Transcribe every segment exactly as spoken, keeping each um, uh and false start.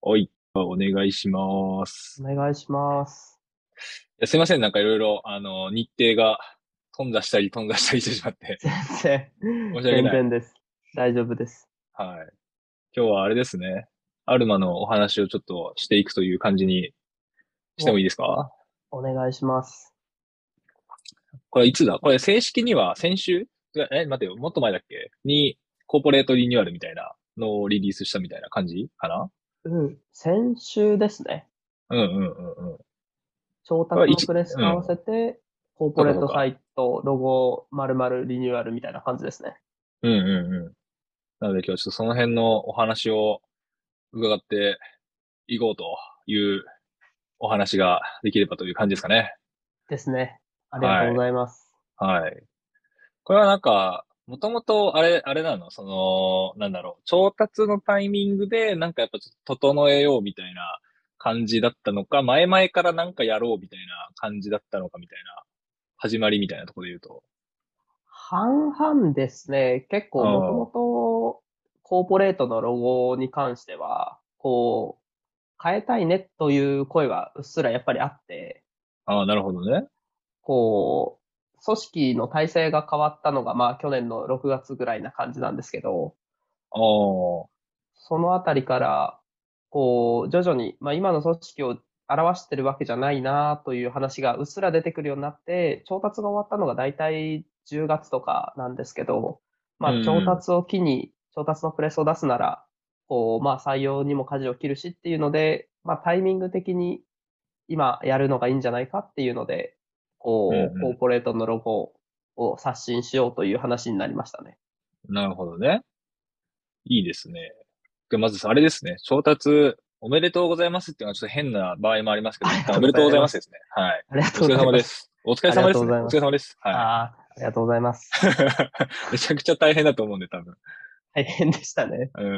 はい。お願いします。 お願いします。 いや、すいません。なんかいろいろ、あの、日程が頓挫したり頓挫したりしてしまって、 全然、 申し訳ない。 全然です。大丈夫です。 はい。今日はあれですね。アルマのお話をちょっとしていくという感じにしてもいいお、 ですか？ お願いします。 これいつだこれ正式には先週え、待てよ。もっと前だっけに、コーポレートリニューアルみたいなのをリリースしたみたいな感じかな？ うん、先週ですね。 うんうんうんうん。 調これはいつ、 達のプレスうん。 と合わせて、コーポそうかそうか。 レートサイト、ロゴ、丸々リニューアルみたいな感じですね。 うんうんうん。なので今日はちょっとその辺のお話を伺っていこうというお話ができればという感じですかね。 ですね。ありがとうごはい。 ざいます。 はい。これはなんか、もともとあれ、あれなのその、なんだろう、調達のタイミングでなんかやっぱちょっと整えようみたいな感じだったのか、前々からなんかやろうみたいな感じだったのかみたいな、始まりみたいなところで言うと。 半々ですね。結構もともあとコーポレートのロゴに関しては、こう、変えたいねという声はうっすらやっぱりあって、 あ、ああ、なるほどね。 こう、組織の体制が変わったのが、まあ去年のろくがつぐらいな感じなんですけど、 ああ、 そのあたりから、こう、徐々に、まあ今の組織を表してるわけじゃないなという話がうっすら出てくるようになって、調達が終わったのがだいたいじゅうがつとかなんですけど、 うまあ調ん、 達を機に、調達のプレスを出すなら、こう、まあ採用にも舵を切るしっていうので、まあタイミング的に今やるのがいいんじゃないかっていうので、 うん、 こう、コーうポレートのロゴを刷新しようという話になりましたね。 ん。なるほどね。いいですね。で、まずあれですね。調達おめでとうございますっていうのはちょっと変な場合もありますけど、 ありがとうご一旦おめでとうございます。 ざいますですね。はい。 ありがとうお疲れございます。 様です。お疲れありがとう様ですね。 ございます。 お疲れ様です。はい。 ああ、ありがとうございます。 めちゃくちゃ大変だと思うんで、多分。 大変でしたね。 うん。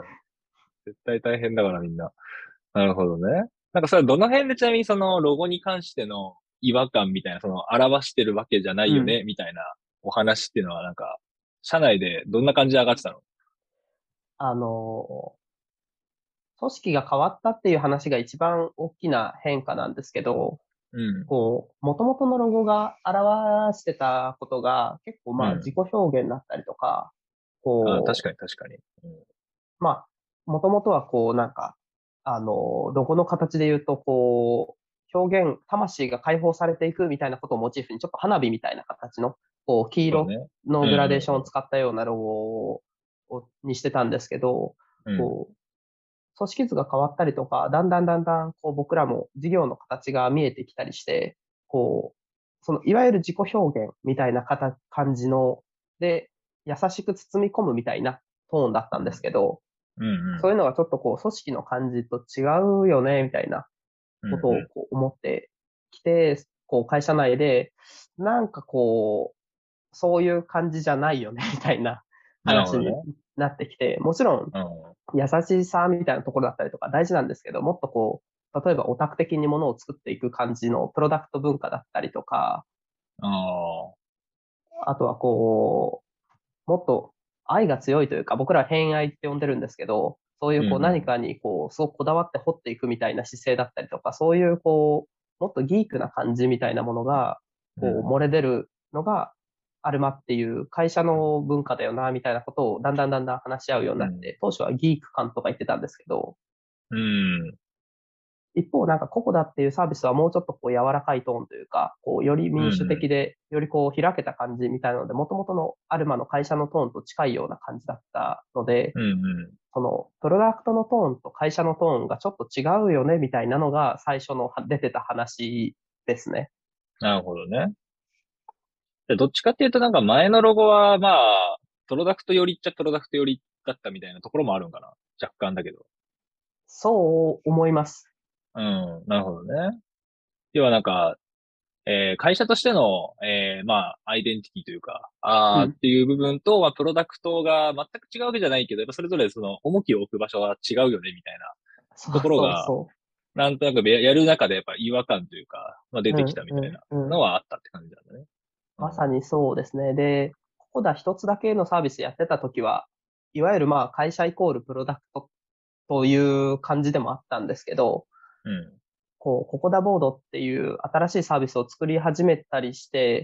絶対大変だからみんな。なるほどね。なんかそれはどの辺でちなみにそのロゴに関しての違和感みたいな、その表してるわけじゃないうん。 よね、みたいなお話っていうのはなんか、社内でどんな感じで上がってたの？ あの、組織が変わったっていう話が一番大きな変化なんですけど、 うん。 こう、元々のロゴが表してたことが結構まあ自己うん。 表現だったりとか、 あ、確こかに確かに。うん。 まあ、もともとはこう、なんか、あの、ロゴの形で言うと、こう、表現、魂が解放されていくみたいなことをモチーフに、ちょっと花火みたいな形の、こう、黄色そうね。うのグラデーションをん使ったようなロゴを、にしてたんですけど、 うんうん。うん。 こう、組織図が変わったりとか、だんだんだんだん、こう、僕らも事業の形が見えてきたりして、こう、その、いわゆる自己表現みたいな形、感じの、で、優しく包み込むみたいなトーンだったんですけど、 うんうん。 そういうのがちょっとこう、組織の感じと違うよね、みたいなうんことをうこう思ってきて、こう、会社内で、なんかこう、そういう感じじゃないよね、みたいなん。なるほ話にどね。 なってきて、もちろん、 うん。 優しさみたいなところだったりとか大事なんですけど、もっとこう、例えばオタク的にものを作っていく感じのプロダクト文化だったりとか、 ああ。 あとはこう、もっと愛が強いというか、僕らは偏愛って呼んでるんですけど、そういううんこう何うかにこう、すごくこだわって掘っていくみたいな姿勢だったりとか、そういうこう、もっとギークな感じみたいなものが、 ん。うこう、 ん。 漏れ出るのが、アルマっていう会社の文化だよな、みたいなことをだんだんだんだん話し合うようにうん。 なって、当初はギーク感とか言ってたんですけど、 うん。 一方、なんかココダっていうサービスはもうちょっとこう柔らかいトーンというか、こうよりうん。 民主うん。 的で、よりこう開けた感じみたいなので、もともとのアルマの会社のトーンと近いような感じだったので、 うん。 そのプロダクトのトーンと会社のトーンがちょっと違うよねみたいなのが最初の出てた話ですね。 なるほどね。でどっちかっていうとなんか前のロゴはまあ、プロダクト寄りっちゃプロダクト寄りだったみたいなところもあるんかな。若干だけど。 そう思います。 うん。なるほどね。要はなんか、えー会社としての、えーまあ、アイデンティティというか、あーっうん。 ていう部分と、まあ、プロダクトが全く違うわけじゃないけど、やっぱそれぞれその重きを置く場所は違うよね、みたいなとそうころが、 そうそなんとなくややる中でやっぱ違和感というか、まあ、出う。うてきたん、 みたいなうん、うん。 のはあったって感じなんだね。うん。 まさにそうですね。で、ここだ一つだけのサービスやってた時は、いわゆるまあ会社イコールプロダクトという感じでもあったんですけど、 うん。 こう、ココダボードっていう新しいサービスを作り始めたりして、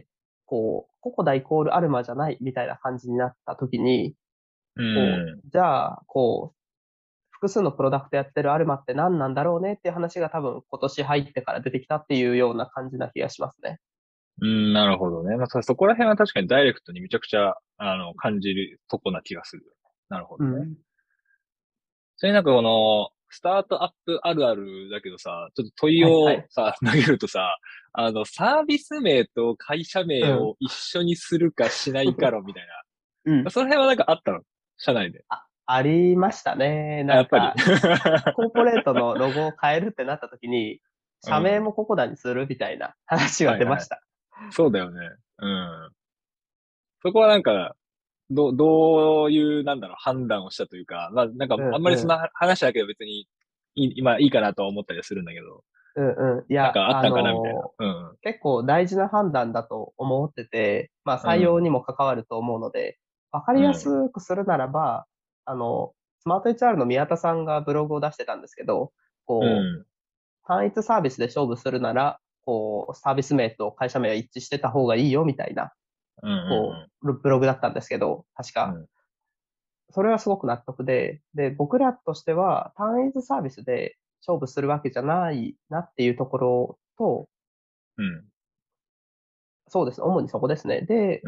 こう、ココダイコールアルマじゃないみたいな感じになった時に、 うこん。 う、じゃあ、こう、複数のプロダクトやってるアルマって何なんだろうねっていう話が多分今年入ってから出てきたっていうような感じな気がしますね。 うん、なるほどね。まあ、そ、そこら辺は確かにダイレクトにめちゃくちゃ、あの、感じるとこな気がする。なるほどね。 うん。 それなんかこの、スタートアップあるあるだけどさ、ちょっと問いはいはい。 をさ、投げるとさ、あの、サービス名と会社名うん。 を一緒にするかしないか論みたいな。 うん。 その辺はなんかあったの？社内で。 あ、ありましたね。 あ、やっぱり。 なんか、コーポレートのロゴを変えるってなった時に、社名うん。 もココダにするみたいな話ははいはい。 出ました。 そうだよね。うん。そこはなんか、ど、どういう、なんだろう、判断をしたというか、まあ、なんか、 うんうん。 あんまりその話だけど別に、い今いいかなとは思ったりはするんだけど、 うんうん。いや、あなんかあったんかなみたいな。 のうん。 結構大事な判断だと思ってて、まあ採用うん。 にも関わると思うので、わかりやうん。 すくするならば、あの、スマート エイチアール の宮田さんがブログを出してたんですけど、 うこう、 ん。 単一サービスで勝負するなら、こう、サービス名と会社名は一致してた方がいいよみたいな、 うん。うん。 こう、ブログだったんですけど、確か。 うん。 それはすごく納得で、で、僕らとしては単一サービスで勝負するわけじゃないなっていうところと、 うん。 そうですね。主にそこですね。で、 うん。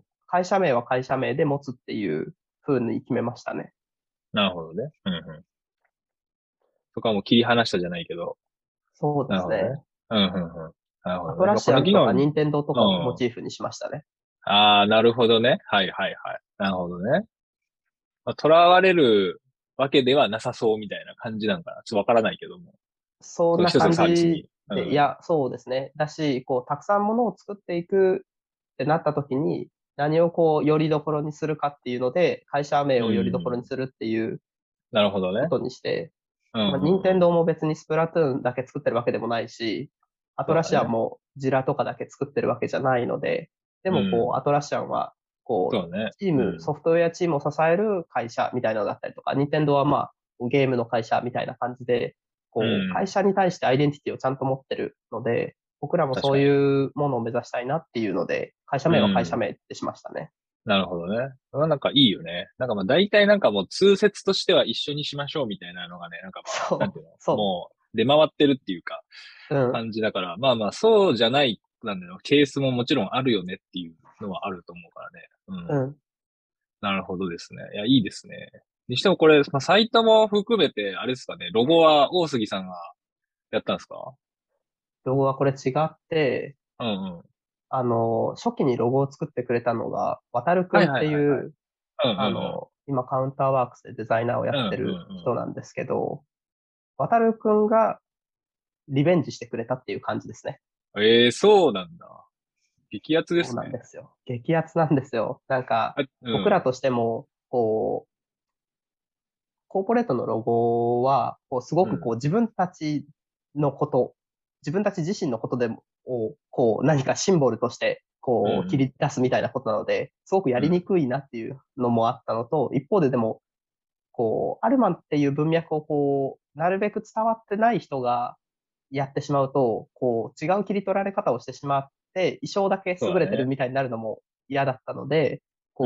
こう、会社名は会社名で持つっていう風に決めましたね。 なるほどね。うん。うん。そこはもう切り離したじゃないけど。 そうでなるほどね。 すね。 うん。うん。うん。なるほアどね。まあ、 トラシアンこの議論、 とかニンテンドーとうかをモん。 チーフにしましたね。 ああ、なるほどね。はいはいはい。なるほどね。まあ、囚われるわけではなさそうみたいな感じなんかな。ちょっとわからないけども。その一つのそんな感サービスに。 じで、いうん。 や、そうですね。だし、こう、たくさんものを作っていくってなった時に、何をこう、よりどころにするかっていうので、会社名うをよりどころにん。 するっていうなるほどね。 ことにして、 うんまあ、任うんうん。 天堂も別にスプラトゥーンだけ作ってるわけでもないし、アトラシアンそうだね。 もジラとかだけ作ってるわけじゃないので、でうもこう、 ん。 アトラシアンは、こう、 そうだね。 チーム、 うん。 ソフトウェアチームを支える会社みたいなのだったりとか、任天堂はまあ、ゲームの会社みたいな感じで、 うこう、会ん。 社に対してアイデンティティをちゃんと持ってるので、僕らもそう確かに。 いうものを目指したいなっていうので、会社う名は会社ん。 名ってしましたね。 なるほどね。まあなんかいいよね。なんかまあ大体なんかもう通説としては一緒にしましょうみたいなのがね、なんかまあ、なんてそう、 いうのそもう出回ってるっていうかう、うん、 感じだから、まあまあそうじゃない、なんだよ、ケースももちろんあるよねっていうのはあると思うからね。うん。 うん。 なるほどですね。いや、いいですね。にしてもこれ、まあ、サイトも含めて、あれですかね、ロゴは大杉さんがやったんですか？ ロゴはこれ違って、 うんうん。 あの、初期にロゴを作ってくれたのが、渡るくはいんっはいはいはい。 ていう、 うんうんあの、今カウンターワークスでデザイナーをやうん。 ってるうん人なんですけど、渡るくんがリベンジしてくれたっていう感じですね。 うん。ええー、そうなんだ。激アツでそうなんすね。 ですよ。激アツなんですよ。なんか、 あ、うん。 僕らとしても、こう、コーポレートのロゴは、こう、すごうん。 くこう、自分たちのこと、自分たち自身のことでも、をこう、何かシンボルとして、こう、切うんり出すみたいなことなので、すごくやうん。うん。 りにくいなっていうのもあったのと、一方ででも、こう、アルマンっていう文脈をこう、なるべく伝わってない人がやってしまうと、こう、違う切り取られ方をしてしまって、衣装だけ優れてるそうだね。 みたいになるのも嫌だったので、 うん。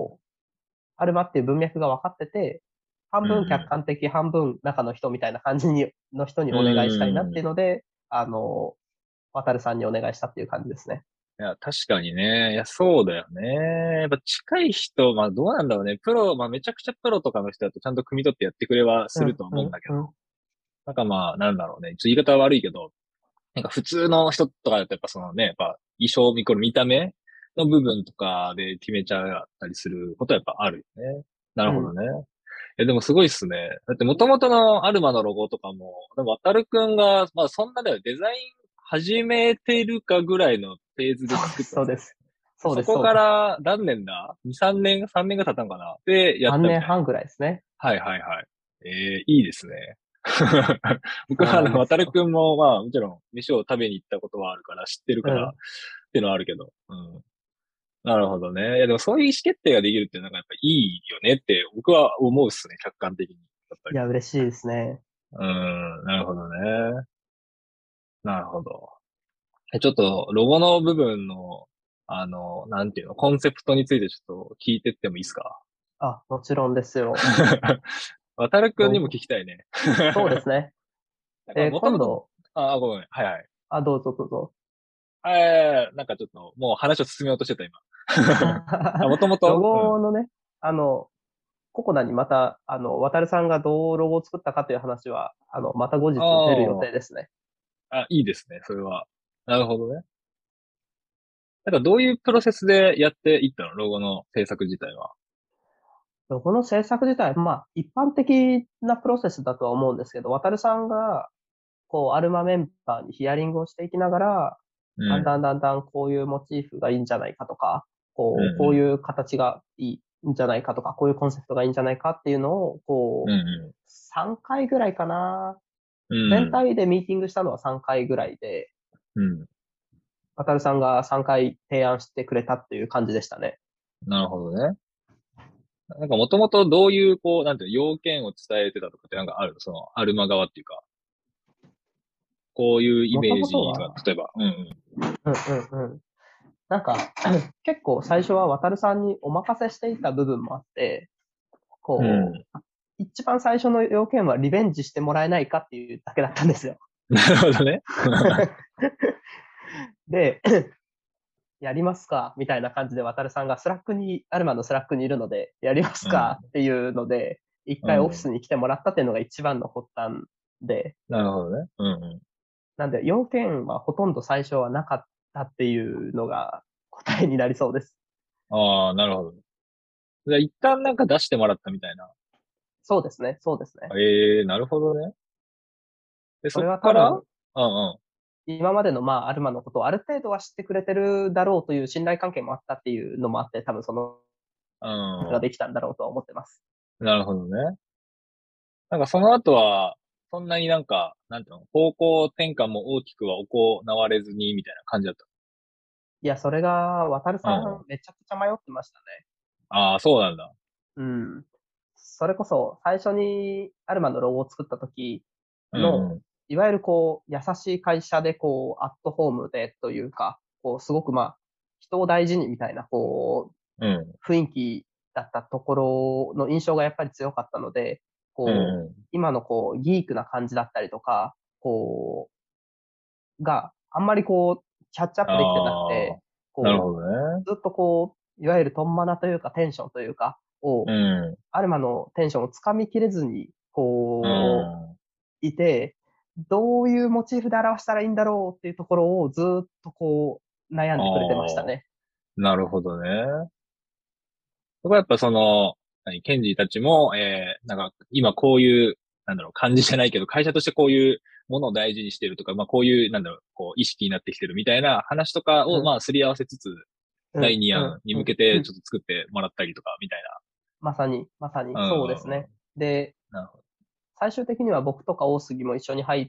こう、アルマっていう文脈が分かってて、半分客うん観的、半分中の人みたいな感じに、の人にうん。 お願いしたいなっうん。 ていうので、あの、渡るさんにお願いしたっていう感じですね。 いや、確かにね。いや、そうだよね。やっぱ近い人、まあどうなんだろうね。プロ、まあめちゃくちゃプロとかの人だとちゃんと汲み取ってやってくれはうん、 するとうん、 思うんだけど。 うん。 なんかまあ、なんだろうね。ちょっと言い方は悪いけど、なんか普通の人とかだとやっぱそのね、やっぱ衣装見、これ見た目の部分とかで決めちゃったりすることはやっぱあるよね。なうん。 るほどね。え、でもすごいっすね。だって元々のアルマのロゴとかも、でも渡るくんが、まあそんなだよ、デザイン始めてるかぐらいのフェーズでそうです、 作ったんですよね。 そうです。そうです、 そこそうです。 から何年だ？ に、さんねん ?さん 年が経ったんかなで、やっ 3 たみたいな。 年半ぐらいですね。 はいはいはい。えー、いいですね。僕そうはあの、渡るなんですよ。 くんも、まあもちろん飯を食べに行ったことはあるから知ってるからっうん。 ていうのはあるけど。うん。なるほどね。いやでもそういう意思決定ができるってなんかやっぱいいよねって僕は思うっすね、客観的に。 っぱり。 いや、嬉しいですね。 うーん、なるほどね。なるほど。え、ちょっと、ロゴの部分の、あの、なんていうの、コンセプトについてちょっと聞いてってもいいですか？ あ、もちろんですよ。 渡るくんにも聞ロゴ、 きたいね。 そうですね。 なんか、 えーもともと、 今度、 あ、あごめん。はいはい。 あ、どうぞどうぞ。 えー、なんかちょっと、もう話を進めようとしてた、今。あ、もともロとうん。 ゴのね、あの、ココナにまた、あの、渡るさんがどうロゴを作ったかという話は、あの、また後日出る予あ定ですね。 あ、あ、いいですね、それは。なるほどね。なんかどういうプロセスでやっていったのロゴの制作自体は？ ロゴの制作自体、まあ、一般的なプロセスだとは思うんですけど、渡るさんが、こう、アルマメンバーにヒアリングをしていきながら、 うだんだんん。 だんだんこういうモチーフがいいんじゃないかとか、 うんこう、こういうう形がいいんじゃないかとか、こういうコンセプトがいいんじゃないかっていうのを、 ん。うこう、 んさんかいぐらいかな。 うん。うん。 全体でミーティングしたのはさんかいぐらいで、 うん。 渡るさんがさんかい提案してくれたっていう感じでしたね。 なるほどね。なんかもともとどういう、こう、なんていうの、要件を伝えてたとかってなんかあるのその、アルマ側っていうか、こういうイもとメージとか、 もとは、 例えば、うんうん。 うんうんうん。なんか、結構最初は渡るさんにお任せしていた部分もあって、こうん。 う、一番最初の要件はリベンジしてもらえないかっていうだけだったんですよ。 なるほどね。 で、やりますかみたいな感じで渡るさんがスラックに、アルマのスラックにいるので、やりますうん。 かっていうので、一う回オフィスん。 に来てもらったっていうのが一番の発端で、 なるほどね。うんうん。 なんで要件はほとんど最初はなかったっていうのが答えになりそうです。 ああ、なるほど。じゃあ一旦なんか出してもらったみたいな。 そうですね、そうですね。 ええー、なるほどね。で、そっそれはから、うん多分、 うん。 今までの、まあ、アルマのことをある程度は知ってくれてるだろうという信頼関係もあったっていうのもあって、多分その、がうできたんだろうとは思ってます。 ん。なるほどね。なんかその後は、そんなになんか、なんていうの、方向転換も大きくは行われずに、みたいな感じだっいや、それが、渡るた。うさん。 ん、めちゃくちゃ迷ってましたね。 ああ、そうなんだ。 うん。それこそ、最初にアルマのロゴを作った時の、 うんうん。 いわゆるこう、優しい会社で、こう、アットホームでというか、こう、すごくまあ、人を大事にみたいな、こうん。 う、雰囲気だったところの印象がやっぱり強かったので、こう、 うんうん。 今のこう、ギークな感じだったりとか、こう、があんまりこう、キャッチアップできてなくああ、 て、 なるほこどね。 う、ずっとこう、いわゆるトンマナというかテンションというか、 うを、 ん。 アルマのテンションをつかみきれずに、 うこん。 う、いて、どういうモチーフで表したらいいんだろうっていうところをずっとこう、悩んでくれてましたああ、 ね。 なるほどね。そこはやっぱその、何、ケンジーたちも、えー、なんか、今こういう、なんだろう、感じじゃないけど、会社としてこういうものを大事にしてるとか、まあこういう、なんだろう、こう、意識になってきてるみたいな話とかを、 うん、 まあ、すり合わせつつ、 うん、 だいにうん、 案にうん、 向けてちょうん。 っと作ってもらったりとか、みたいまさに、まさに、 な。うんそうですね。 うんうん。 で、 なるほど。 最終的には僕とか大杉も一緒に入って、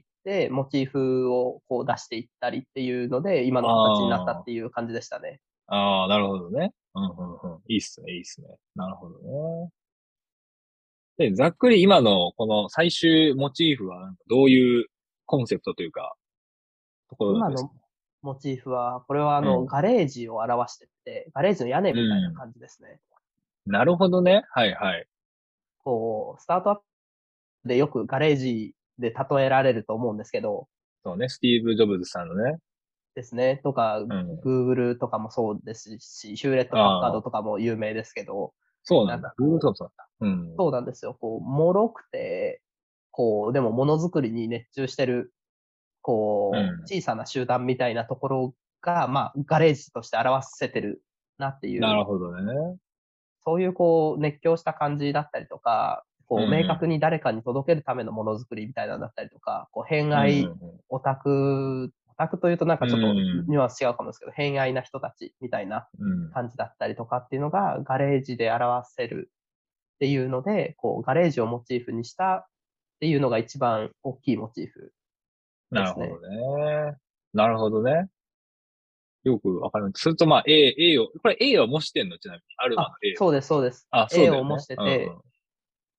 モチーフをこう出していったりっていうので、今の形になったっあていう感じでしたね。 あ、ああ、なるほどね。うんうんうん。いいっすね、いいっすね。なるほどね。で、ざっくり今のこの最終モチーフはなんかどういうコンセプトというか、ところだったですか？ 今のモチーフは、これはあの、 うん。 ガレージを表してて、ガレージの屋根うみたいなん。 感じですね。 なるほどね。はいはい。 こう、スタートアップでよくガレージで例えられると思うんですけど、 そうね。スティーブ・ジョブズさんのね。 ですね。とか、 うん。 Google とかもそうですし、ヒューレット・パッカーああ、 ドとかも有名ですけど、なんそうなんだ。Google そかこう、 うそうなんだ。うん。 そうなんですよ。こう、脆くて、こう、でもものづくりに熱中してる、こう、 うん。 小さな集団みたいなところが、まあ、ガレージとして表せてるなっていう、 なるほどね。 そういうこう、熱狂した感じだったりとか、 うんこう、明確うに誰かに届けるためのものづくりみたいなのだったりとか、こう、偏ん。うん愛、 うんオタク、オタクというとなんうかちょっとん。 ニュアンス違うかもですけど、偏愛な人たちみたいなうん。うん。 感じだったりとかっていうのがガレージで表せるっていうので、こう、ガレージをモチーフにしたっていうのが一番大きいモチーフでなるほどすね。 ね。なるほどね。よくわかります。それとまあ A、A を、これ A は模してんのちなみに。アルマのあ、 A を。 そうです、そうです。 あ、そう A だよね。 を模してうんうて、 ん。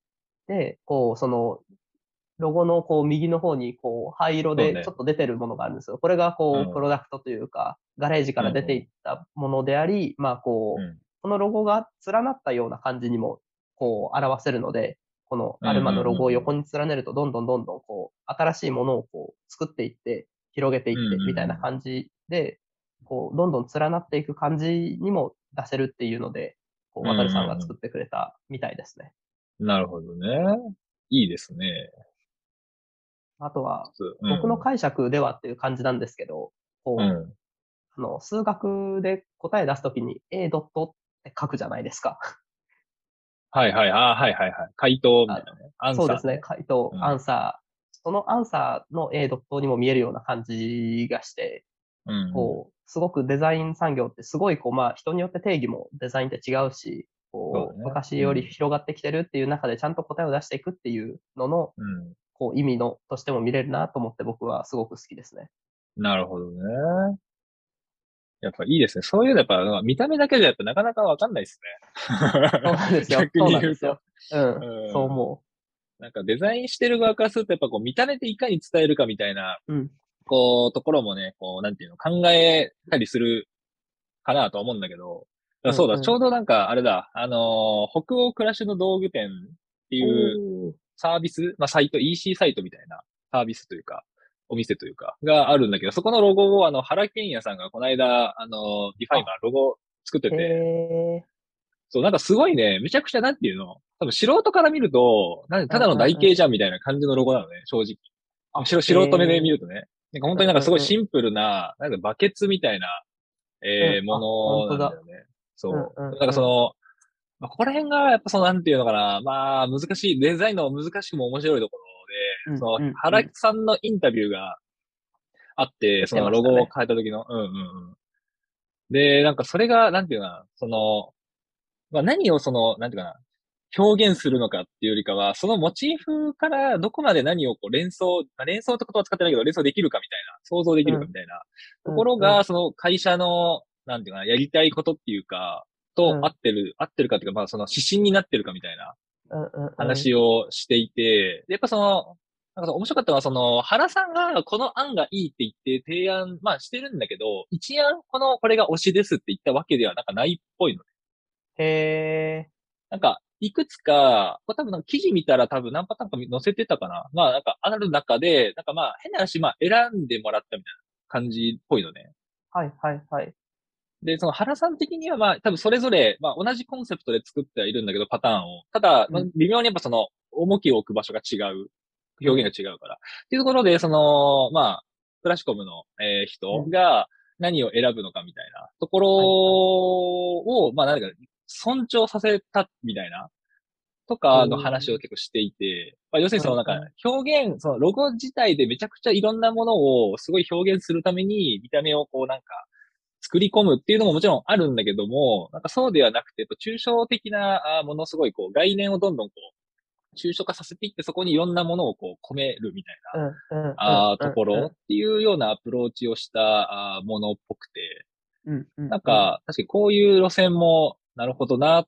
で、こう、その、ロゴのこう右の方にこう灰色そうね。 でちょっと出てるものがあるんですよ。これがこうプうん。 ロダクトというか、ガレージかうん、 ら出ていうったものであり、まあこん。うう、 ん。 このロゴが連なったような感じにもこう表せるので、このうん、 アルマのロゴをうん、うん。 横に連ねるとどんどんどんどんこう新しいものをこう作っていって、広げていうん、 ってみたいうん。 な感じで、こうどんどん連なっていく感じにも出せるっていうので、こううん、 渡るさんがうん。 作ってくれたみたいですね。 なるほどね。いいですね。 あとは、 普通。うん。 僕の解釈ではっていう感じなんですけど、こう、 うん。 あの、数学で答え出すときに A ドットって書くじゃないですか。 はいはい。ああ、はいはいはい。回答みたあの、 いなね。アンそうですね、 サーね。 回答、アうん。 ンサー。そのアンサーの A ドットにも見えるような感じがして、 うんうん。 こう、すごくデザイン産業ってすごい、こう、まあ、人によって定義もデザインって違うし、こう、 そうだね。 昔よりうん。 広がってきてるっていう中でちゃんと答えを出していくっていうのの、 うん。 こう、意味のとしても見れるなと思って僕はすごく好きですね。 なるほどね。やっぱいいですね。そういうのやっぱ、見た目だけじゃやっぱなかなかわかんないですそうね。 なんですよ。 逆そうに言うと。 なんですよ。ううん。そうん。 思なんかデザインしてる側からするとやっぱこう見た目でいかに伝えるかみたいな、 う。うん。 こう、ところもね、こう、なんていうの、考えたりするかなとは思うんだけど、だそうだ、ちょうんうん。 うどなんか、あれだ、あのー北欧暮らしの道具店っていうおー。 サービス、まあ、サイト、イーシー サイトみたいなサービスというか、お店というか、があるんだけど、そこのロゴを、あの、原健也さんがこの間、あの、ディファイマあ、 ーロゴ作ってへて、 え。 そう、なんかすごいね、めちゃくちゃなんていうの、多分素人から見ると、なんでうんうただの台んうん。 形じゃんみたいな感じのロゴなのね、正直。 あ、 素へ素人目で見え。 るとね。なんか本うん当になんかすごいうんうん。 シンプルな、なんかバケツみたいな、えー、 うん。あ、本もの当だ。 なんだよね。 うんそう。 うんうん。 なんかその、まあ、ここら辺が、やっぱその、なんていうのかな。まあ、難しい。デザインの難しくも面白いところで、その、 うんうんう原ん。 さんのインタビューがあって、 出てそのロゴをましたね。 変えた時の。うんうんうん。で、なんかそれが、なんていうのかな。その、まあ何をその、なんていうかな。表現するのかっていうよりかは、そのモチーフからどこまで何をこう連想、まあ、連想って言葉は使ってないけど、連想できるかみたいな、想像できうんるかみたいなところが、 うんうんその会社の、なんていうかな、やりたいことっていうか、と合うんってる、合ってるかっていうか、まあその指針になってるかみたいなうんうんうん。 話をしていて、でやっぱその、なんか面白かったのは、その、原さんがこの案がいいって言って提案、まあしてるんだけど、一案この、これが推しですって言ったわけではなんかないっぽいの。 へえ。 なんか、いくつか、これ多分なんか記事見たら多分何パターンか載せてたかな。まあなんかある中で、なんかまあ変な話、まあ選んでもらったみたいな感じっぽいのね。 はいはいはい。 で、その原さん的にはまあ多分それぞれ、まあ同じコンセプトで作ってはいるんだけど、パターンを。ただ、まあ、 うん微妙にやっぱその重きを置く場所が違う。 うん表現が違うから。っていうところで、その、まあ、クラシコムの、えー人うん。 が何を選ぶのかみたいなところはいはい。 を、まあ何か尊重させたみたいなとおかの話をー。 結構していて、まあ、要するにそのなんかうんうん表現、そのロゴ自体でめちゃくちゃいろんなものをすごい表現するために見た目をこうなんか作り込むっていうのももちろんあるんだけども、なんかそうではなくて、抽象的な、あものすごいこう概念をどんどんこう抽象化させていってそこにいろんなものをこう込めるみたいうんうんな、 うんあところっうんていうようなアプローチをしたあものっぽくて、 うんうんうん。 なんか、確かにこういう路線も、なるほどなって、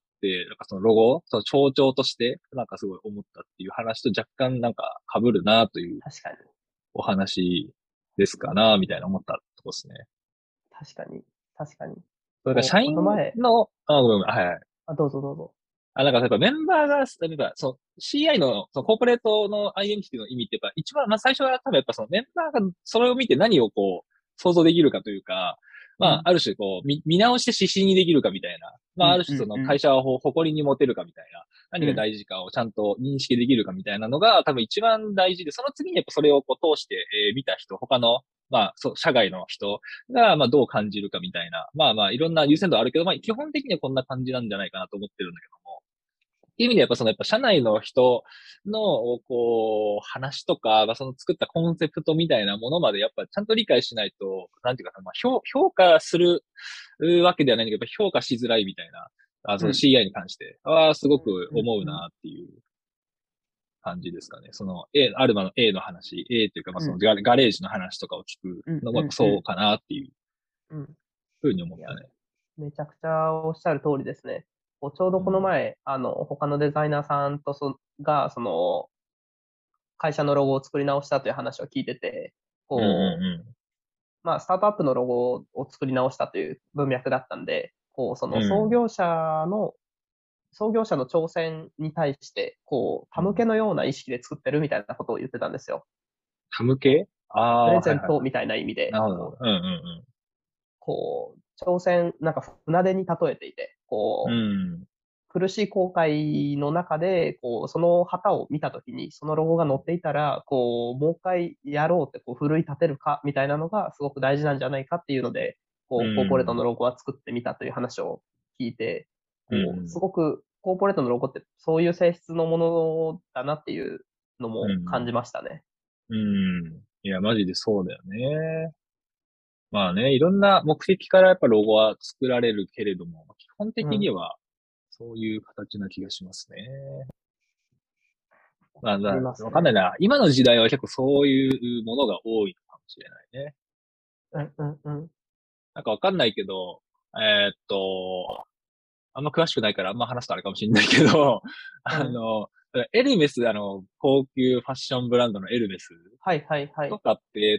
なんかそのロゴ、その象徴として、なんかすごい思ったっていう話と若干なんか被るなという確かに。 お話ですかな、みたいな思ったとこですね。 確かに。確かに。 それからこう、 社員この前、 の、あ、ごめんごめん、はいはい。 あ、どうぞどうぞ。 あ、なんかやっぱメンバーが、例えば、そう、シーアイ の、そのコーポレートのアイデンティティの意味ってやっぱ一番、まあ最初は多分やっぱそのメンバーがそれを見て何をこう、想像できるかというか、まあ、 うんある種こう、見、見直して指針にできるかみたいな。まあ、あうんる種そのうんうん会社をほ誇りに持てるかみたいな。何がうん大事かをちゃんと認識できるかみたいなのが多分一番大事で、その次にやっぱそれをこう通して、えー見た人、他の、まあ、そう、社外の人が、まあ、どう感じるかみたいな。まあまあ、いろんな優先度あるけど、まあ、基本的にはこんな感じなんじゃないかなと思ってるんだけども。っていう意味でやっぱそのやっぱ社内の人のこう話とか、まあ、その作ったコンセプトみたいなものまでやっぱちゃんと理解しないと、なんていうかまあ、評、評価するわけではないんだけど、やっぱ評価しづらいみたいな、あ、そのうんシーアイ に関してはすごくうん思ううんなっていう感じですかね。その A、アルマの A の話、A っていうかまあうんそのガレガレージの話とかを聞くうんのもやっぱうんうんそうかなっていううん。 ふうに思っいや、 たね。 めちゃくちゃおっしゃる通りですね。こうちょうどこのうん。 前、あの、他のデザイナーさんとそが、その、会社のロゴを作り直したという話を聞いてて、 うんこう、 うまあ、スタートアップのロゴを作り直したという文脈だったんで、こう、そんうん。 の創うん。 業者の、創業者の挑戦に対して、こう、 うん。 手向けのような意識で作ってるみたいなことを言ってたんですよ。 歯向けあプレあー、はいはいはい。 ゼントみたいな意味で、 なるほど。 こう、 うんうんこう、挑戦、なんか船出に例えていて、 うん。 こう、 うん。 苦しい航海の中で、こう、その旗を見たときに、そのロゴが載っていたら、こう、もう一回やろうって、こう、奮い立てるか、みたいなのがすごく大事なんじゃないかっていうので、 うこう、コーポレートん。 のロゴは作ってみたという話を聞いて、こう、 うん。 すごく、コーポレートのロゴってそういう性質のものだなっていうのうも感じん。 ましたね。 うん。いや、マジでそうだよね。まあね、いろんな目的からやっぱロゴは作られるけれども、基本うん。 的にはそういう形な気がしますね。まあ、 ありだますね。 わかんないな。今の時代は結構そういうものが多いのかもしれないね。 うん、うん、うん。 なんかわかんないけど、えーっと、あんま詳しくないからあんま話すとあれかもしれないけど、 うん。 あの、エルメス、あの、高級ファッションブランドのエルメスはい、はい、はとい。 かって、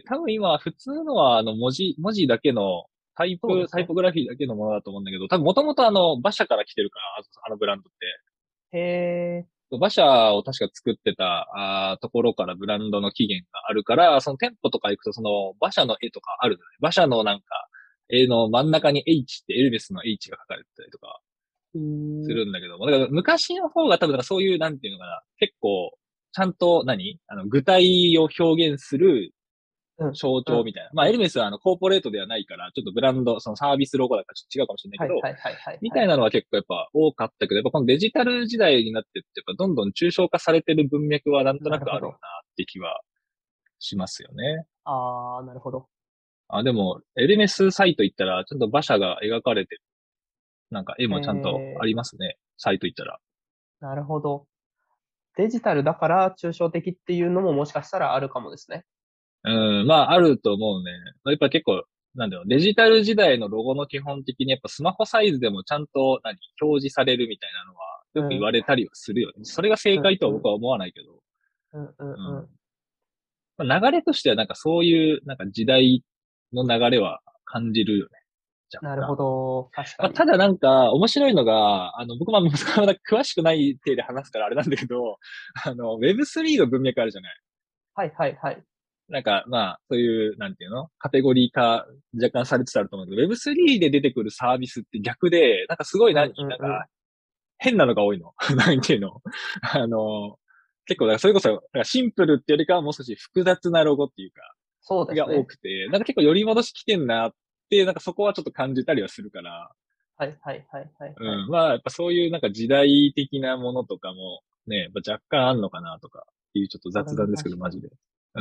多分今普通のはあの文字、文字だけのタイプ、 そうですね。 タイポグラフィーだけのものだと思うんだけど、多分もともとあの馬車から来てるから、ああのブランドって。 へえ、 馬車を確か作ってたあーところからブランドの起源があるから、その店舗とか行くとその馬車の絵とかあるのね。馬車のなんか絵の真ん中に H ってエルベスの H が書かれてたりとかうーん。 するんだけども、だから昔の方が多分なんかそういう、なんていうのかな、結構、ちゃんと何あの、具体を表現するうん、 象うん、 徴みたいな。まあ、エルうん。 メスはあの、コーポレートではないから、ちょっとブランド、そのサービスロゴだからちょっと違うかもしれないけど、 はいはいはいはいはい。 みたいなのは結構やっぱ多かったけど、やっぱこのデジタル時代になってって、やっぱどんどん抽象化されてる文脈はなんとなくあるよなるほど。 なって気はしますよね。 ああ、なるほど。 あ、でも、エルメスサイト行ったら、ちゃんと馬車が描かれてる、なんか絵えもちゃんとありー、 ますね。サイト行ったら。 なるほど。デジタルだから抽象的っていうのももしかしたらあるかもですね。 うん、まあ、あると思うね。やっぱ結構、なんだろう、デジタル時代のロゴの基本的にやっぱスマホサイズでもちゃんと何、表示されるみたいなのはよく言うん、 われたりはするよね。それが正うん、 解とはうん、 僕は思わないけど。 うん、うん、 うん。 うん。 まあ、流れとしてはなんかそういうなんか時代の流れは感じるよね。若なるほ干。 ど。確かまあ、 に。 ただなんか面白いのが、あの、僕もあんま詳しくない体で話すからあれなんだけど、あの、ウェブスリー の文脈あるじゃない。 はいはいはい。 なんか、まあ、そういう、なんていうのカテゴリー化若干されてたと思うけど、ウェブスリー で出てくるサービスって逆で、なんかすごいうん、 何、 うん、 なんかうん。 変なのが多いの。なんていうのあの、結構、だからそれこそ、なんかシンプルってよりかはもう少し複雑なロゴっていうか、が多そうですね。 くて、なんか結構寄り戻し来てんなって、なんかそこはちょっと感じたりはするから、 はいはいはいはいはい。 うん、まあ、やっぱそういうなんか時代的なものとかもね、やっぱ若干あんのかなとかっていうちょっとそれも雑談ですけど、 確かに。 マジで。うん。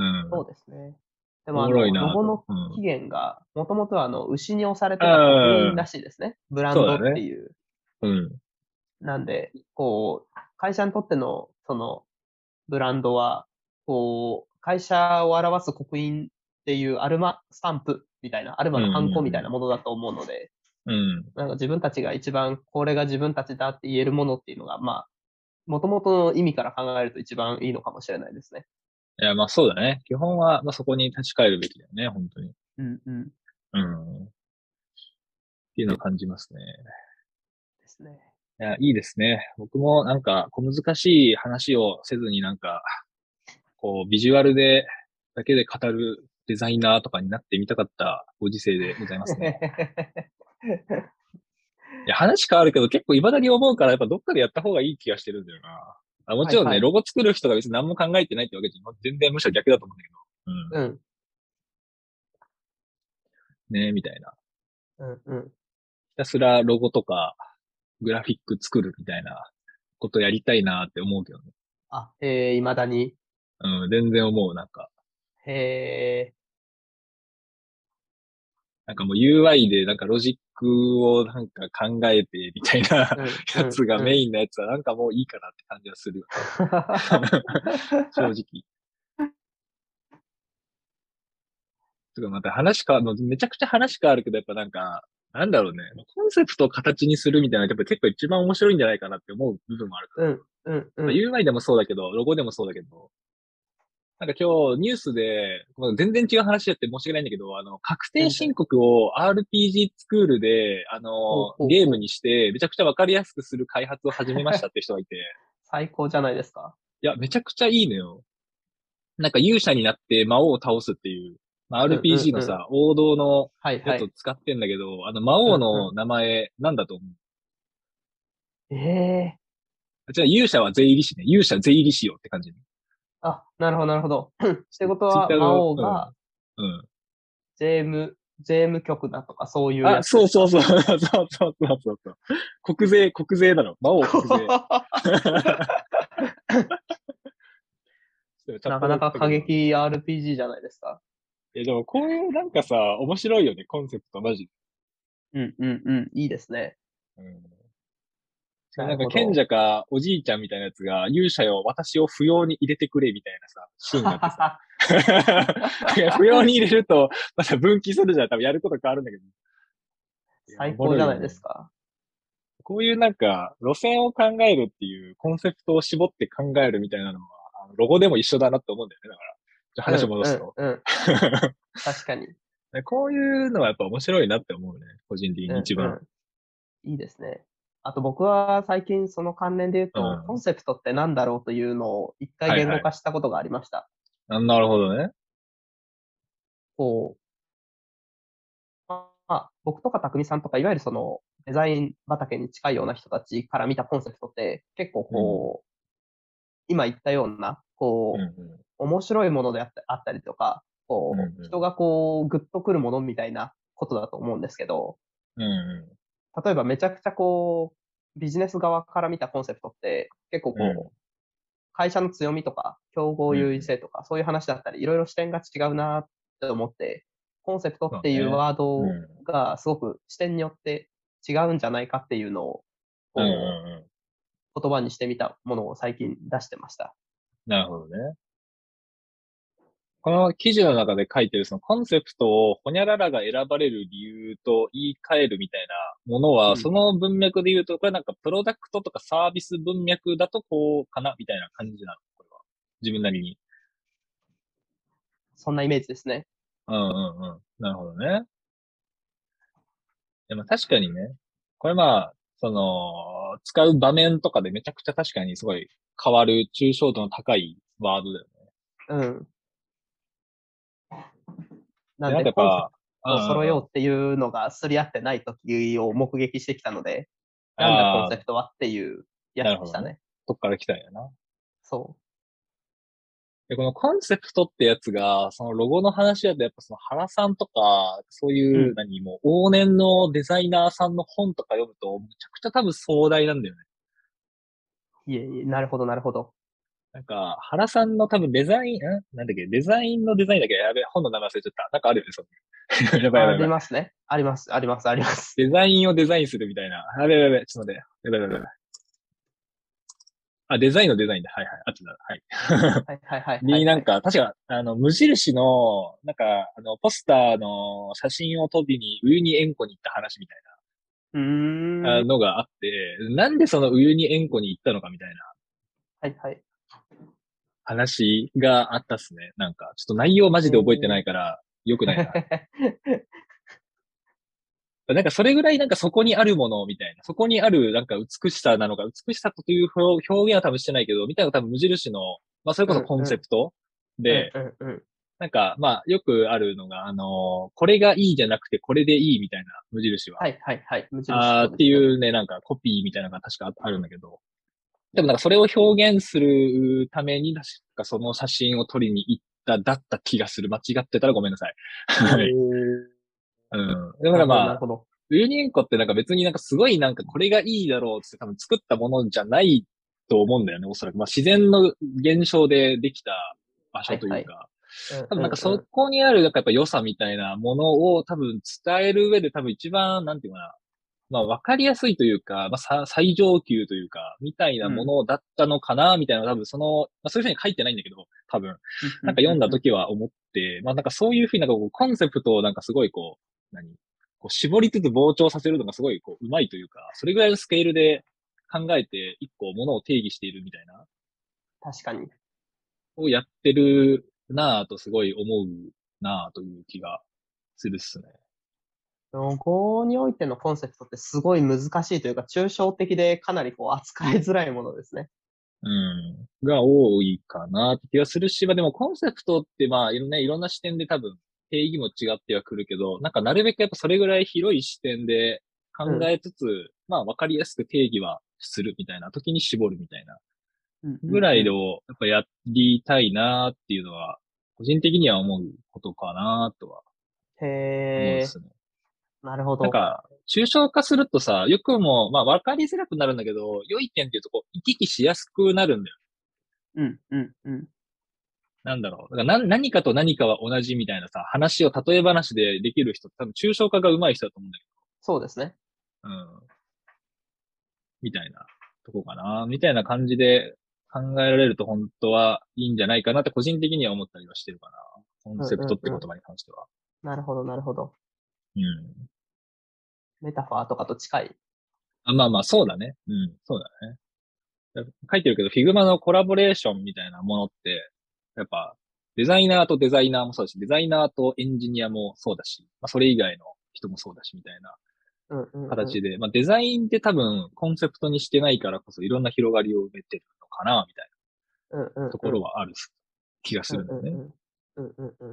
そうですね。でもおもろいあの、ロなと。 ゴのうん。 起源が、もともとはあの、牛に押されてた刻印らうん。 しいですね。ブランドそうだね。 っていう。 うん。 なんで、こう、会社にとっての、その、ブランドは、こう、会社を表す刻印っていうアルマスタンプみたいな、アルうん。 マのハンコみたいなうん。 ものだと思うので、 うん。 なんか自分たちが一番これが自分たちだって言えるものっていうのが、まあ、もともとの意味から考えると一番いいのかもしれないですね。 いや、まあそうだね。基本は、まあそこに立ち返るべきだよね、本当に。 うんうん。 うん。っていうのを感じますね。 ですね。 いや、いいですね。僕もなんか、小難しい話をせずになんか、こう、ビジュアルで、だけで語るデザイナーとかになってみたかったご時世でございますね。いや、話変わるけど結構未だに思うから、やっぱどっかでやった方がいい気がしてるんだよな。あ、もちろんね、 はいはい。 ロゴ作る人が別に何も考えてないってわけじゃ、全然むしろ逆だと思うんだけど。うん。 うん、 ねみたいな。 うん、うん。 ひたすらロゴとか、グラフィック作るみたいなことやりたいなって思うけどね。 あ、えー、未だに。 うん、全然思う。なんか、 へえ、 なんかもう ユーアイ でなんかロジックをなんか考えてみたいなうん、うやん、 つがメうん。 インのやつはなんかもういいかなって感じはするよね。正直。つかまた話変わるの、めちゃくちゃ話変わるけど、やっぱなんか、 なんだろうね。コンセプトを形にするみたいなのがやっぱ結構一番面白いんじゃないかなって思う部分もあるから。 うん、うん、うまあ、 ん。 ユーアイ でもそうだけど、ロゴでもそうだけど、なんか今日ニュースで、もう全然違う話やって申し訳ないんだけど、あの、確定全然。 申告を アールピージー スクールで、あほうの、 ほうほう。 ゲームにして、めちゃくちゃわかりやすくする開発を始めましたって人がいて、 最高じゃないですか。 いや、めちゃくちゃいいのよ。なんか勇者になって魔王を倒すっていう、まあ、 うん、うん、 アールピージー のうん。 さ、王道のはい、 やはい。 つを使ってんだけど、あの魔うん、うん。 王の名前なんだと思う？ ええー。 じゃあ勇者は税理士ね。勇者税理士よって感じね。 あ、なるほど、なるほど。ってことツイッは、魔ターの、うん、 王がうん。 税務、税務局だとかそういうあ、 やつですか？ そうそうそう、そうそうそうそうそう。国税、国税だろ。魔王国税。チャットでなかなか送ったけど。 過激 アールピージー じゃないですか。 いや、でもこういうなんかさ、面白いよね、コンセプト、マジで。 うんうんうん。いいですね。 うん。しかもななんか賢るほど。 者かおじいちゃんみたいなやつが、勇者よ、私を不要に入れてくれみたいなさ、シーンがあってさ。いや不要に入れると、また分岐するじゃん。多分やること変わるんだけど。いや、お最高じゃないでもろいよね。 すか。 こういうなんか、路線を考えるっていう、コンセプトを絞って考えるみたいなのは、あのロゴでも一緒だなって思うんだよね。だから、じゃあ話をうん戻すと。 うんうん。確かに。 こういうのはやっぱ面白いなって思うね。個人的うんうに一番。 ん。いいですね。あと僕は最近その関連で言うと、コンうん。 セプトって何だろうというのを一回言語はいはい。 化したことがありました。 あ、なるほどね。 こう、まあ、僕とか匠さんとか、いわゆるそのデザイン畑に近いような人たちから見たコンセプトって、結構うん。 こう、今言ったような、こうんうう、面白いものであったあったりとか、 ん。うんこう、人がこう、グッとくるものみたいなことだと思うんですけど、 うん。うん例えばめちゃくちゃこう、ビジネス側から見たコンセプトって、結構うん。うん。 こう、会社の強みとか、競合優位うん。 性とか、そういう話だったり、いろいろ視点が違うなって思って、コンセプトっていうそうね。 ワードうん。 がすごく視点によって違うんじゃないかっていうのを、 うんこうんうん。 う、言葉にしてみたものを最近出してました。 なるほどね。この記事の中で書いてるそのコンセプトをホニャララが選ばれる理由と言い換えるみたいなものは、そうん。 の文脈で言うと、これなんかプロダクトとかサービス文脈だとこうかなみたいな感じなの、これは。自分なりに。 そんなイメージですね。 うんうんうん。なるほどね。でも確かにね。これまあ、その、使う場面とかでめちゃくちゃ確かにすごい変わる抽象度の高いワードだよね。 うん。なで、 んで、 なんかやっぱ、 コンセプうんトを揃えうんうん。 ようっていうのがすり合ってない時を目撃してきたので、なんだコンああ、 セプトはっていうやなるほどね。 つでしたね。 そっから来たんやな。 そで、このコンセプトってやつが、そのロゴの話だとやっぱその原さんとか、そうう。ういう、 ん。 何もう往年のデザイナーさんの本とか読むと、むちゃくちゃ多分壮大なんだよね。 いえいえ、なるほど、なるほど。 なんか、原さんの多分デザイン、んなんだっけ、デザインのデザインだっけやべえ、本の名前忘れちゃった。なんかあるよね、そういう。やばいやばいあやばい。 りますね。あります、あります、あります。 デザインをデザインするみたいな。やべえやべえ、ちょっと待って。やばいやばいやばい。あ、デザインのデザインだ。はいはい。あっちだ。はい。 はい、はい、はい、はい、はい。 になんか、確か、あの、無印の、なんか、あの、ポスターの写真を撮りに、ウユニ塩湖に行った話みたいうーん。 なあのがあって、なんでそのウユニ塩湖に行ったのかみたいなはい、はい。 話があったっすね。なんか、ちょっと内容マえジで覚えてないから、よくないな。 ー、 なんかそれぐらいなんかそこにあるものみたいな、そこにあるなんか美しさなのか、美しさという表表現は多分してないけど、みたいなのが多分無印の、まあそれこそうん、うん、 コンセプトうん、 で、 うん、うん。 なんかまあよくあるのが、あのーこれがいいじゃなくてこれでいいみたいな無印は。 はい、はい、はい。無印あーってそうですね。 いうね、なんかコピーみたいなのが確かあるんだけど、でもなんかそれを表現するために確かその写真を撮りに行っただった気がする。間違ってたらごめんなさい。 おはい。 ー。 うん。だかなるほど、ならまあ、 るほど。 ウユニ塩湖ってなんか別になんかすごいなんかこれがいいだろうって多分作ったものじゃないと思うんだよね、おそらく。まあ自然の現象でできた場所はい、はい。 というか。 うん、うん、 多分なんかそうん。 こにあるなんかやっぱ良さみたいなものを多分伝える上で多分一番、なんていうかな。まあわかりやすいというか、まあさ最上級というか、みたいなもうん、 のだったのかな、みたいな多分その、まあそういうふうに書いてないんだけど、多分。 うん、うん、 なんか読んだうん。 時は思って、まあなんかそういうふうになんかこうコンセプトをなんかすごいこう、何こう絞りつつ膨張させるのがすごいこう、うまいというか、それぐらいのスケールで考えて一個ものを定義しているみたいな、 確かに。 をやってるなぁとすごい思うなぁという気がするっすね。 ロゴにおいてのコンセプトってすごい難しいというか、抽象的でかなりこう扱いづらいものですね。 うん。が多いかなって気がするし、まあでもコンセプトってまあいろんな、いろんな視点で多分定義も違ってはくるけど、なんかなるべくやっぱそれぐらい広い視点で考うん。 えつつ、まあわかりやすく定義はするみたいな時に絞るみたいなうん、うん、 ぐらいをうん。 やっぱやりたいなっていうのは、個人的には思うことかなとはへえ、 思うですね。 なるほど。 なんか、抽象化するとさ、よくも、まあわかりづらくなるんだけど、良い点っていうとこう、行き来しやすくなるんだよ。 うん、うん、うん。 なんだろう。だから何何かと何かは同じみたいなさ、話を例え話でできる人って多分抽象化が上手い人だと思うんだけそうですね。 ど、うん。みたいなとこかな。みたいな感じで考えられると本当はいいんじゃないかなって個人的には思ったりはしてるかな。コンうん、 セプトっうん、うん。 て言葉に関しては。 なるほど、なるほど。 うん。 メタファーとかと近い。 あ、まあまあ、そうだね。うん、そうだね。書いてるけど、Figma のコラボレーションみたいなものって、やっぱ、デザイナーとデザイナーもそうだし、デザイナーとエンジニアもそうだし、まあ、それ以外の人もそうだし、みたいなうん、うん、うん。 形で、まあ、デザインって多分コンセプトにしてないからこそいろんな広がりを埋めてるのかな、みたいなうん、うん、 とこうん。 ろはある気がうん、うん、 するんだよね。 うん。うん、うん、うん。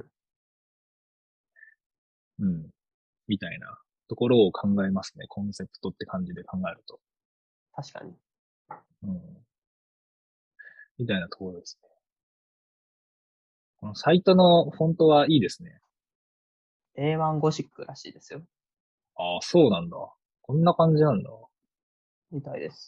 うん。みたいなところを考えますね。コンセプトって感じで考えると。 確かに。 うん。みたいなところですね。このサイトのフォントはいいですね。 エーワン ゴシックらしいですよ。 ああ、そうなんだ。こんな感じなんだ。 みたいです。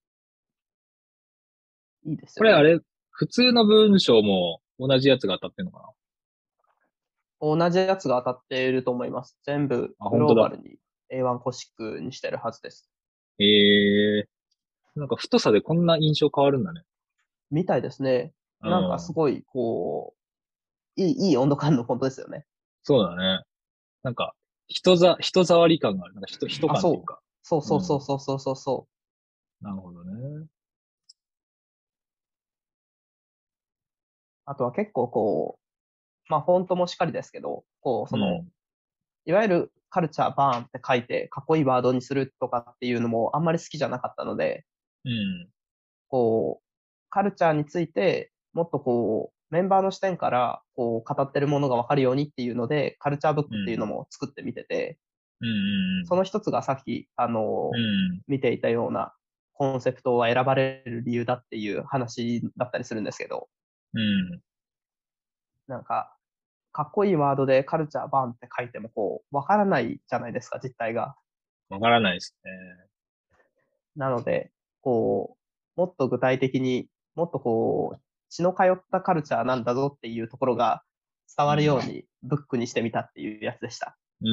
いいですよね。 これあれ、普通の文章も同じやつが当たってんのか同じやつが当たっていると思います。全部な？あ、 グ本当だ。 ローバルに エーワン ゴシックにしてるはずです。 ええー、なんか太さでこんな印象変わるんだね。 みたいですね。 うなんかすん。 ごい、こう、いい、いい温度感のフォントですよね。 そうだね。なんか、人ざ、人触り感がある。なんか人、人あ、そう。 感っていうか。 そうそうそううん。 そうそうそうそなるほどね。 う。あとは結構こう、まあフォントもしっかりですけど、こう、その、 うん。 いわゆるカルチャーバーンって書いてかっこいいワードにするとかっていうのもあんまり好きじゃなかったので、 うん。 こう、カルチャーについてもっとこう、メンバーの視点からこう語ってるものがわかるようにっていうので、カルチャーブックっていうのうん。 も作ってみてて、 うん。 その一つがさっき、あうん。 の、 うん。 見ていたようなコンセプトは選ばれる理由だっていう話だったりするんですけど、 うん。 なんか、かっこいいワードでカルチャーバーンって書いてもこう、わからないじゃないですか、実態が。 わからないですね。 なので、こう、もっと具体的に、もっとこう、血の通ったカルチャーなんだぞっていうところが伝わるよううん。 にブックにしてみたっていうやつでした。 うん。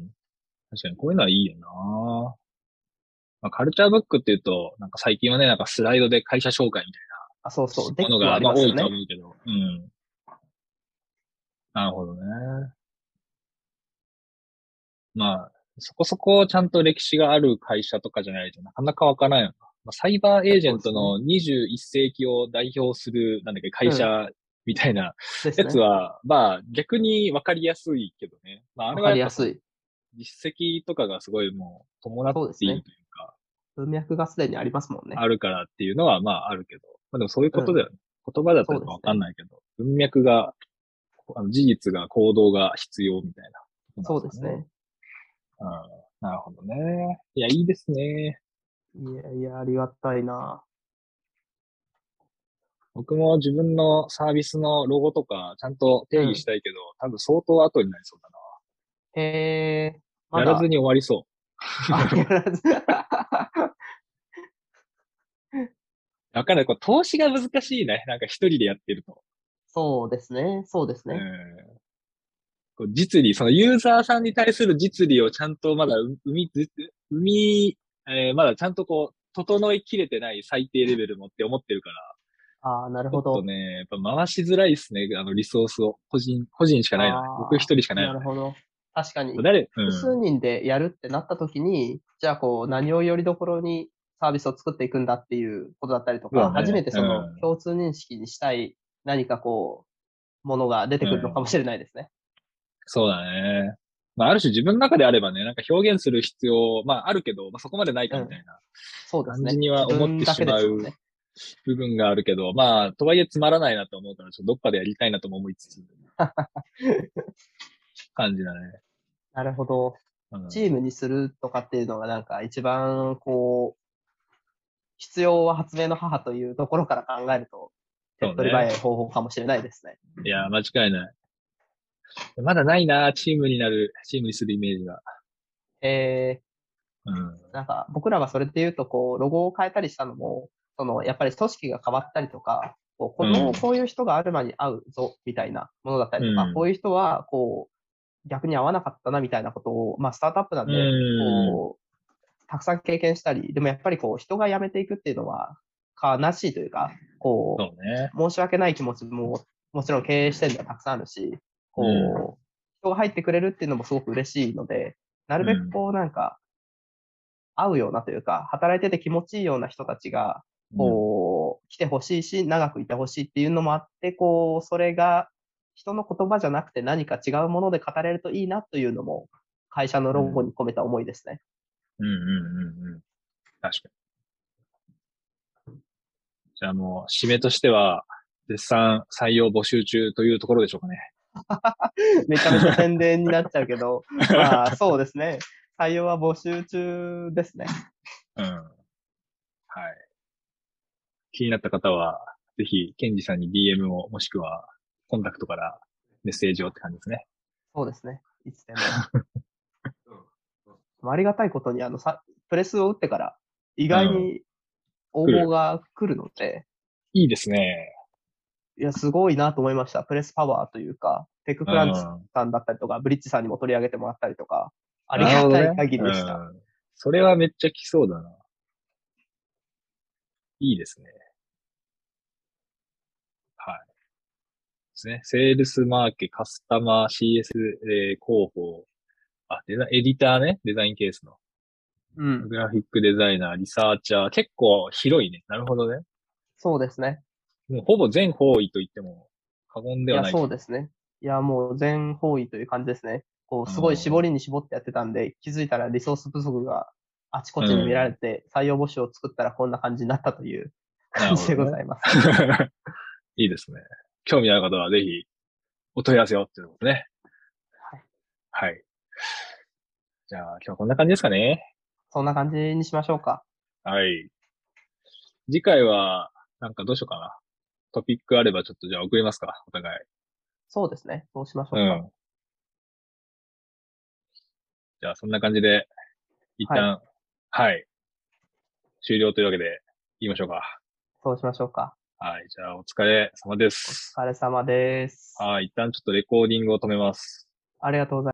確かにこういうのはいいよな。まあ、カルチャーブックっていうと、なんか最近はね、なんかスライドで会社紹介みたいあ、そうそう、デなものが、 ックはありまあ多いとはますよね。 思うけど。うん。なるほどね。まあ、そこそこちゃんと歴史がある会社とかじゃないとなかなかわからんよな。まあ、サイバーエージェントのそうですね。 にじゅういっ世紀を代表する、なんだっけ、 うん。 会社みたいなやつですね。 は、まあ逆にわかりやすいけどね。まああわれはやっぱそのかりやすい。 実績とかがすごいもう伴っそうですね。 ているというか、 文脈がすでにありますもんね。 あるからっていうのはまああるけど、まあでもそういううん。 ことだよね。言葉だとやっぱわそうですね。 かんないけど、文脈が、あの事実が行動が必要みたいなことなんでそうすかね。 ですね。 うん、なるほどね。いや、いいですね。 いやいや、ありがたいな。 僕も自分のサービスのロゴとかちゃんと定義しうん。 たいけど、多分相当後になりそうだな。 へえ、まだ、 やらずに終わりそあ、やらず。 う。わかんない。これ投資が難しいね。なんか一人でやってると。 そうですね。そうですうね。 ん。こう実利、そのユーザーさんに対する実利をちゃんとまだ生み、生み、えーまだちゃんとこう、整いきれてない最低レベルもって思ってるから、 ああ、なるちょっほど。 とね、やっぱ回しづらいですね。あのリソースを。個人、個人しかないのね。僕一ああ、 人しかないのね。 なるほど。 確かに、 誰、う複数ん。 人でやるってなった時に、じゃあこう、何をよりどころにサービスを作っていくんだっていうことだったりとか、初めそうね。うてそのん。 共通認識にしたい何かこう、ものが出てうん。 くるのかもしれないですね。 そうだね。まあ、ある種自分の中であればね、なんか表現する必要、まあ、あるけど、まあ、そこまでないうん。 かみたいなそうですね。 感じには自思って分だけしまうですもんね。 部分があるけど、まあ、とはいえつまらないなと思うから、ちょっとどっかでやりたいなとも思いつつ、感じだね。 なるほど。 うん。 チームにするとかっていうのがなんか一番こう、必要は発明の母というところから考えると、手っ取りそうね。 早い方法かもしれないですね。 いや、間違いない。まだないな、チームになる、チームにするイメージが。 えー、 うん。 なんか僕らがそれで言うと、こう、ロゴを変えたりしたのも、その、やっぱり組織が変わったりとか、こう、この、 うん。 こういう人がある間に合うぞ、みたいなものだったりうとか、こん。 ういう人は、こう、逆に合わなかったな、みたいなことを、まあ、スタートアップなんうで、 ん。 こう、たくさん経験したり、でもやっぱりこう、人が辞めていくっていうのは、悲しいというか、こそうね。 う、申し訳ない気持ちも、もちろん経営視点ではたくさんあるし、 うん。 こう、人が入ってくれるっていうのもすごく嬉しいので、なるうん。 べくこう、なんか、合うようなというか、働いてて気持ちいいような人たちが、 うん。 こう、来てほしいし、長くいてほしいっていうのもあって、こう、それが人の言葉じゃなくて何か違うもので語れるといいなというのも、会社のロゴうん。 に込めた思いですね。 うん。うん。うん。確かに。じゃあもう、締めとしては、絶賛採用募集中というところでしょうかね。 めちゃめちゃ宣伝になっちゃうけど、まあ、そうですね。採用は募集中ですね。 うん。はい。気になった方は、ぜひ、ケンジさんに ディーエム を、もしくは、コンタクトからメッセージをって感じですね。 そうですね。いつでも。ありがたいことに、あの、さ、プレスを打ってから、意うん。 外に応来る。 募が来るので、 いいですね。 いや、すごいなと思いました。プレスパワーというか、テックうクランチん。 さんだったりとか、ブリッジさんにも取り上げてもらったりとか、ありなるほどね。 がたい限りうでした。 ん。それはめっちゃ来そうだな。いいですね。はい。ですね。セールスマーケ、カスタマー、シーエス、えー広報、あ、デザ、エディターね。デザインケースの。 うん。 グラフィックデザイナー、リサーチャー。結構広いね。なるほどね。 そうですね。 もうほぼ全方位と言っても過言でいや、 はないか。 そうですね。いや、もう全方位という感じですね。こう、 うすごい絞ん。 りに絞ってやってたんで、気づいたらリソース不足があちこうちに見られん。 て、採用募集を作ったらこんな感じになったという感じでごなるほどね。 ざいます。 いいですね。興味ある方はぜひお問い合わせをっていうことですね。 はい。 はい。じゃあ今日はこんな感じですかね。 そんな感じにしましょうか。 はい。次回は、なんかどうしようかな。トピックあればちょっとじゃあ送りますか。お互い。 そうですね。そうしましょうか。 うん。じゃあそんな感じで、一はい。 旦、はい。終了というわけで言いましょうか。 そうしましょうか。 はい。じゃあお疲れ様でおす。 疲れ様です。 はい。一旦ちょっとレコーディングを止めます。 ありがとうございます。